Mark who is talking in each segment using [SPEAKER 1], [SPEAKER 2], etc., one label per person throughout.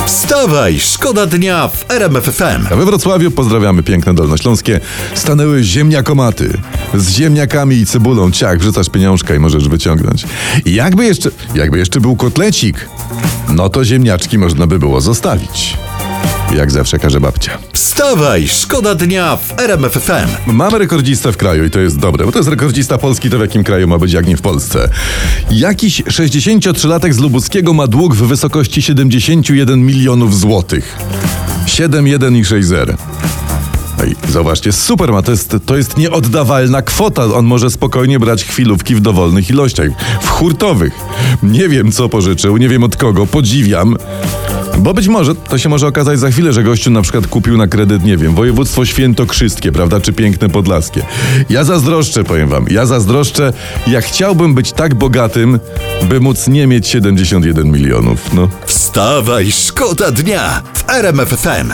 [SPEAKER 1] Wstawaj, szkoda dnia w RMF FM.
[SPEAKER 2] A we Wrocławiu, pozdrawiamy piękne Dolnośląskie, stanęły ziemniakomaty. Z ziemniakami i cebulą. Ciach, wrzucasz pieniążka i możesz wyciągnąć. I jakby jeszcze był kotlecik, no to ziemniaczki można by było zostawić. Jak zawsze każe babcia.
[SPEAKER 1] Wstawaj, szkoda dnia w RMF FM.
[SPEAKER 2] Mamy rekordzista w kraju i to jest dobre, bo to jest rekordzista Polski, to w jakim kraju ma być, jak nie w Polsce. Jakiś 63-latek z Lubuskiego ma dług w wysokości 71 milionów złotych. 7,1 i 6,0. No i zobaczcie, super ma, to jest nieoddawalna kwota. On może spokojnie brać chwilówki w dowolnych ilościach, w hurtowych. Nie wiem, co pożyczył, nie wiem od kogo, podziwiam. Bo być może, to się może okazać za chwilę, że gościu na przykład kupił na kredyt, nie wiem, województwo świętokrzyskie, prawda, czy piękne podlaskie. Ja zazdroszczę, powiem wam, ja chciałbym być tak bogatym, by móc nie mieć 71 milionów, no.
[SPEAKER 1] Wstawaj, szkoda dnia w RMF FM.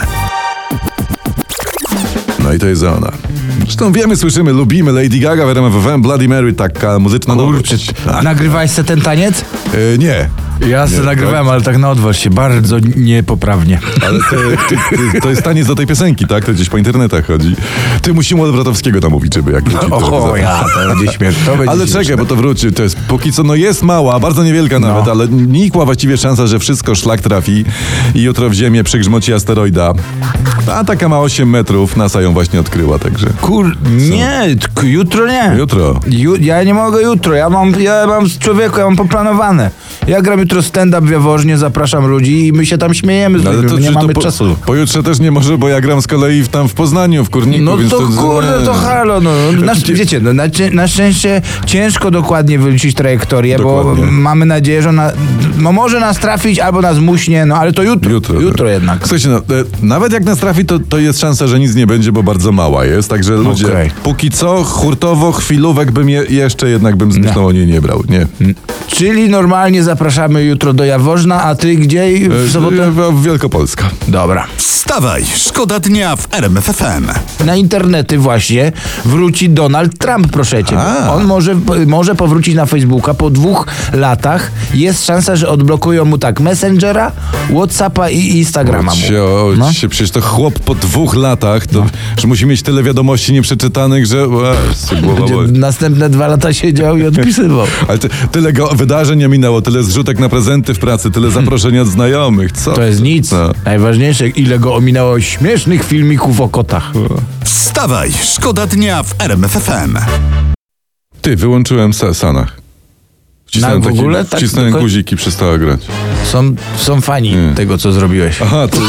[SPEAKER 2] No i to jest ona. Zresztą wiemy, słyszymy, lubimy Lady Gaga w RMF FM, Bloody Mary, taka muzyczna nowość.
[SPEAKER 3] Nagrywałeś se ten taniec?
[SPEAKER 2] Nie.
[SPEAKER 3] Ja se nagrywałem, ale tak na odwrót się, bardzo niepoprawnie.
[SPEAKER 2] Ale to jest taniec do tej piosenki, tak? To gdzieś po internetach chodzi. Ty musimy od Wrotowskiego namówić, żeby jak wróci.
[SPEAKER 3] To będzie śmieszne.
[SPEAKER 2] Ale czekaj, bo to wróci. To jest póki co, no jest mała, bardzo niewielka nawet, ale nikła właściwie szansa, że wszystko szlak trafi i jutro w ziemię przygrzmoci asteroida. A taka ma 8 metrów, NASA ją właśnie odkryła, także.
[SPEAKER 3] Jutro nie.
[SPEAKER 2] Jutro.
[SPEAKER 3] Ja nie mogę jutro, ja mam poplanowane. Ja gram jutro stand-up w Jaworznie, zapraszam ludzi i my się tam śmiejemy, nie mamy czasu.
[SPEAKER 2] Pojutrze też nie może, bo ja gram z kolei tam w Poznaniu, w Kurniku,
[SPEAKER 3] no
[SPEAKER 2] więc
[SPEAKER 3] to kurde, to halo, wiecie, na szczęście ciężko dokładnie wyliczyć trajektorię, bo mamy nadzieję, że ona może nas trafić albo nas muśnie, ale to jutro jednak.
[SPEAKER 2] Słuchajcie, nawet jak nas trafi, to jest szansa, że nic nie będzie, bo bardzo mała jest, także ludzie, póki co hurtowo, chwilówek bym jeszcze jednak bym z myślą o niej nie brał, nie.
[SPEAKER 3] Czyli normalnie zapraszamy jutro do Jaworzna, a ty gdzie w sobotę?
[SPEAKER 2] Wielkopolska.
[SPEAKER 3] Dobra.
[SPEAKER 1] Wstawaj, szkoda dnia w RMF FM.
[SPEAKER 3] Na internety właśnie wróci Donald Trump, proszę cię. On może powrócić na Facebooka po 2 latach. Jest szansa, że odblokują mu Messengera, Whatsappa i Instagrama.
[SPEAKER 2] Przecież to chłop po 2 latach, że musi mieć tyle wiadomości nieprzeczytanych, że
[SPEAKER 3] następne 2 lata siedział i odpisywał.
[SPEAKER 2] Ale tyle wydarzeń minęło, tyle zrzutek na prezenty w pracy, tyle zaproszeń od znajomych. Co?
[SPEAKER 3] To jest nic. Najważniejsze, ile go ominęło śmiesznych filmików o kotach.
[SPEAKER 1] Wstawaj, szkoda dnia w RMF FM.
[SPEAKER 2] Ty, wyłączyłem Sanach. Wcisnąłem guziki, przestała grać.
[SPEAKER 3] Są fani tego, co zrobiłeś.
[SPEAKER 2] Aha, to...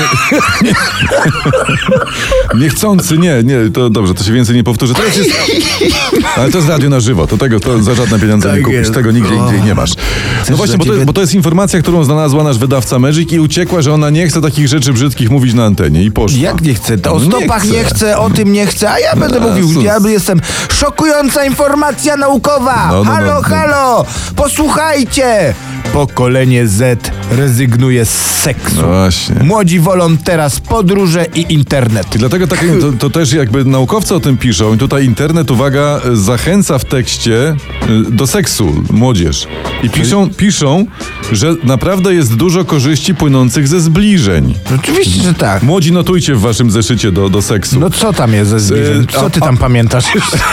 [SPEAKER 2] Niechcący, nie, to dobrze, to się więcej nie powtórzy. Teraz jest... Ale to jest radio na żywo, to za żadne pieniądze nie kupisz, tego nigdzie indziej nie masz. No właśnie, bo to jest informacja, którą znalazła nasz wydawca Magic i uciekła, że ona nie chce takich rzeczy brzydkich mówić na antenie i poszła.
[SPEAKER 3] Jak nie chce? O stopach nie chce, o tym nie chce, a ja będę mówił. Ja jestem szokująca informacja naukowa. Halo! Posłuchajcie! Pokolenie Z rezygnuje z seksu.
[SPEAKER 2] No właśnie.
[SPEAKER 3] Młodzi wolą teraz podróże i internet.
[SPEAKER 2] I dlatego to też jakby naukowcy o tym piszą i tutaj internet, uwaga, zachęca w tekście do seksu młodzież. I piszą, że naprawdę jest dużo korzyści płynących ze zbliżeń.
[SPEAKER 3] Oczywiście, że tak.
[SPEAKER 2] Młodzi, notujcie w waszym zeszycie do seksu.
[SPEAKER 3] No co tam jest ze zbliżeń? Co ty tam pamiętasz?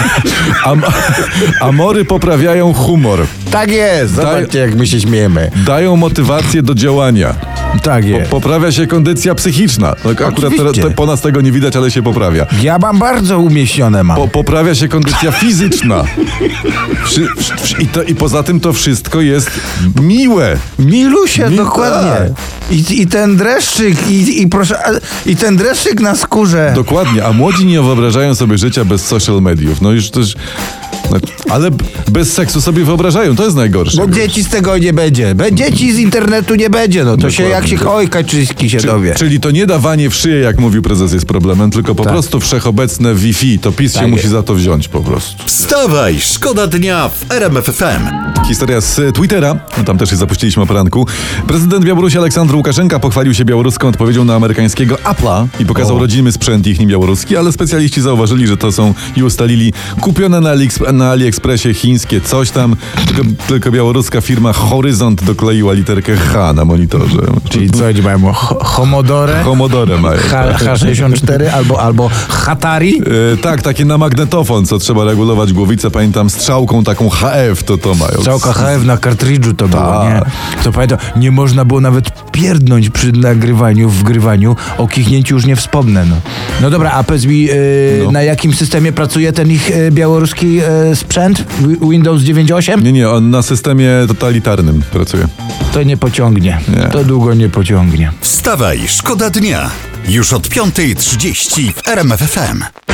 [SPEAKER 2] Amory poprawiają humor.
[SPEAKER 3] Tak jest, zobaczcie jak my się śmiejemy.
[SPEAKER 2] Dają motywację do działania.
[SPEAKER 3] Tak jest.
[SPEAKER 2] Poprawia się kondycja psychiczna. Akurat po nas tego nie widać, ale się poprawia.
[SPEAKER 3] Ja mam bardzo umieśnione
[SPEAKER 2] poprawia się kondycja fizyczna. I poza tym to wszystko jest miłe.
[SPEAKER 3] Milusie, dokładnie. I ten dreszczyk, i ten dreszczyk na skórze.
[SPEAKER 2] Dokładnie, a młodzi nie wyobrażają sobie życia bez social mediów. No już też... Ale bez seksu sobie wyobrażają, to jest najgorsze.
[SPEAKER 3] Bo dzieci z tego nie będzie. Dzieci z internetu nie będzie, to się jak się Kaczyński się dowie.
[SPEAKER 2] Czyli to nie dawanie w szyję, jak mówił prezes, jest problemem, tylko po prostu wszechobecne Wi-Fi. To PiS się musi za to wziąć po prostu.
[SPEAKER 1] Wstawaj, szkoda dnia w RMF FM.
[SPEAKER 2] Historia z Twittera, tam też się zapuściliśmy o poranku. Prezydent Białorusi Aleksandr Łukaszenka pochwalił się białoruską odpowiedzią na amerykańskiego Apple'a i pokazał rodzimy sprzęt ich nie białoruski, ale specjaliści zauważyli, że to są i ustalili kupione na na AliExpressie chińskie coś tam, tylko białoruska firma Horyzont dokleiła literkę H na monitorze.
[SPEAKER 3] Czyli co oni mają? Homodore?
[SPEAKER 2] Homodore mają.
[SPEAKER 3] H64 albo Hatari?
[SPEAKER 2] Tak, takie na magnetofon, co trzeba regulować głowicę. Pamiętam strzałką taką HF to mają.
[SPEAKER 3] Strzałka HF na kartridżu to było, nie? To pamiętam, nie można było nawet pierdnąć przy nagrywaniu, wgrywaniu. O kichnięciu już nie wspomnę. No dobra, a powiedz mi, na jakim systemie pracuje ten ich białoruski sprzęt? Windows 9.8?
[SPEAKER 2] Nie, on na systemie totalitarnym pracuje.
[SPEAKER 3] To nie pociągnie.
[SPEAKER 2] Nie.
[SPEAKER 3] To długo nie pociągnie.
[SPEAKER 1] Wstawaj, szkoda dnia. Już od 5:30 w RMF FM.